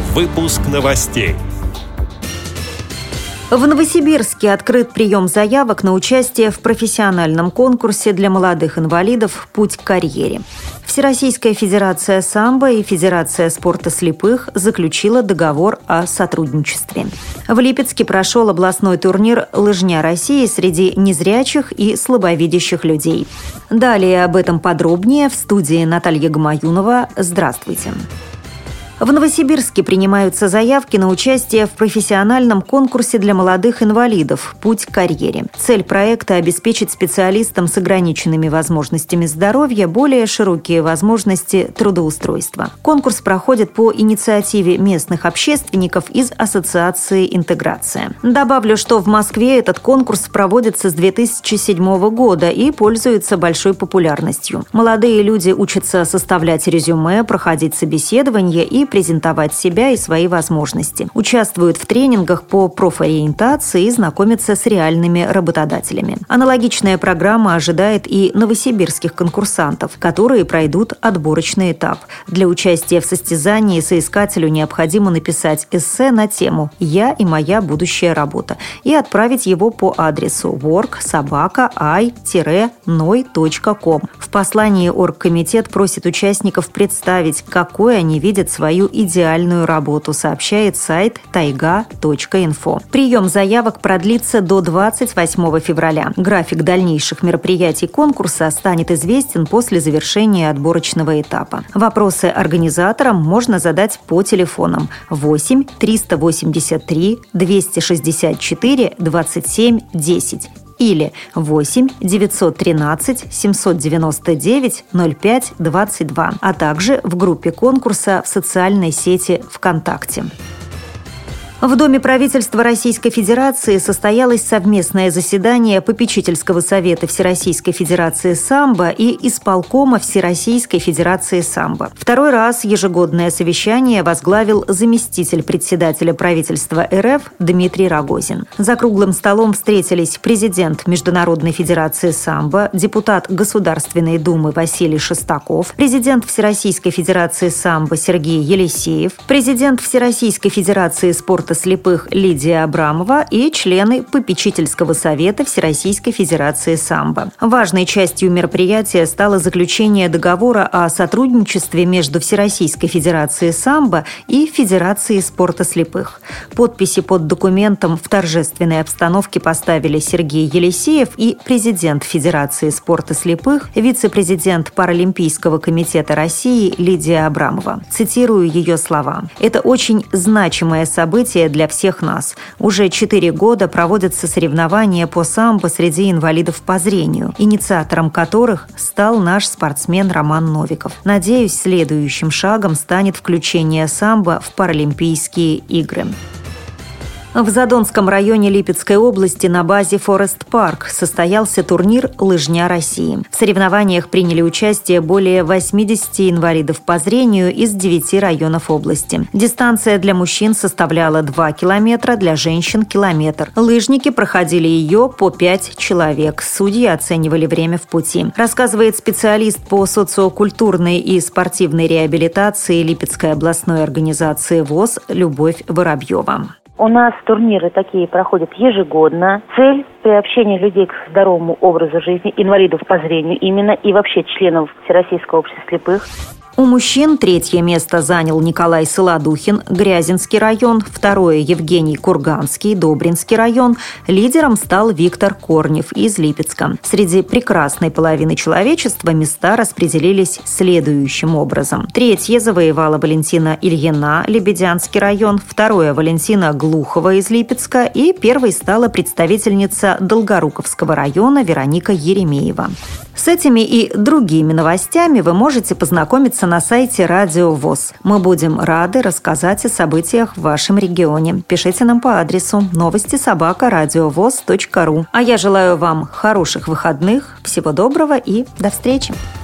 Выпуск новостей. В Новосибирске открыт прием заявок на участие в профессиональном конкурсе для молодых инвалидов «Путь к карьере». Всероссийская федерация самбо и Федерация спорта слепых заключила договор о сотрудничестве. В Липецке прошел областной турнир «Лыжня России» среди незрячих и слабовидящих людей. Далее об этом подробнее в студии Наталья Гамаюнова. Здравствуйте. В Новосибирске принимаются заявки на участие в профессиональном конкурсе для молодых инвалидов «Путь к карьере». Цель проекта – обеспечить специалистам с ограниченными возможностями здоровья более широкие возможности трудоустройства. Конкурс проходит по инициативе местных общественников из Ассоциации «Интеграция». Добавлю, что в Москве этот конкурс проводится с 2007 года и пользуется большой популярностью. Молодые люди учатся составлять резюме, проходить собеседование и презентовать себя и свои возможности. Участвуют в тренингах по профориентации и знакомятся с реальными работодателями. Аналогичная программа ожидает и новосибирских конкурсантов, которые пройдут отборочный этап. Для участия в состязании соискателю необходимо написать эссе на тему «Я и моя будущая работа» и отправить его по адресу work@i-noi.com. В послании оргкомитет просит участников представить, какой они видят свою идеальную работу, сообщает сайт taiga.info. Прием заявок продлится до 28 февраля. График дальнейших мероприятий конкурса станет известен после завершения отборочного этапа. Вопросы организаторам можно задать по телефонам 8 383 264 27 10 или 8 913 799 05 22, а также в группе конкурса в социальной сети ВКонтакте. В Доме правительства Российской Федерации состоялось совместное заседание Попечительского совета Всероссийской Федерации самбо и исполкома Всероссийской Федерации самбо. Второй раз ежегодное совещание возглавил заместитель председателя правительства РФ Дмитрий Рогозин. За круглым столом встретились президент Международной Федерации самбо, депутат Государственной Думы Василий Шестаков, президент Всероссийской Федерации самбо Сергей Елисеев, президент Всероссийской Федерации спорта слепых Лидия Абрамова и члены Попечительского совета Всероссийской Федерации самбо. Важной частью мероприятия стало заключение договора о сотрудничестве между Всероссийской Федерацией самбо и Федерацией спорта слепых. Подписи под документом в торжественной обстановке поставили Сергей Елисеев и президент Федерации спорта слепых, вице-президент Паралимпийского комитета России Лидия Абрамова. Цитирую ее слова. «Это очень значимое событие для всех нас. Уже 4 года проводятся соревнования по самбо среди инвалидов по зрению, инициатором которых стал наш спортсмен Роман Новиков. Надеюсь, следующим шагом станет включение самбо в Паралимпийские игры». В Задонском районе Липецкой области на базе Форест Парк состоялся турнир «Лыжня России». В соревнованиях приняли участие более 80 инвалидов по зрению из 9 районов области. Дистанция для мужчин составляла 2 километра, для женщин – километр. Лыжники проходили ее по 5 человек. Судьи оценивали время в пути. Рассказывает специалист по социокультурной и спортивной реабилитации Липецкой областной организации ВОС Любовь Воробьева. У нас турниры такие проходят ежегодно. Цель – приобщение людей к здоровому образу жизни, инвалидов по зрению именно, и вообще членов Всероссийского общества слепых. У мужчин 3-е место занял Николай Солодухин, Грязинский район, 2-е Евгений Курганский, Добринский район. Лидером стал Виктор Корнев из Липецка. Среди прекрасной половины человечества места распределились следующим образом. 3-е завоевала Валентина Ильина, Лебедянский район, 2-е Валентина Глухова из Липецка и 1-й стала представительница Долгоруковского района Вероника Еремеева. С этими и другими новостями вы можете познакомиться на сайте Радио ВОС. Мы будем рады рассказать о событиях в вашем регионе. Пишите нам по адресу новости@радиовос.ру. А я желаю вам хороших выходных, всего доброго и до встречи!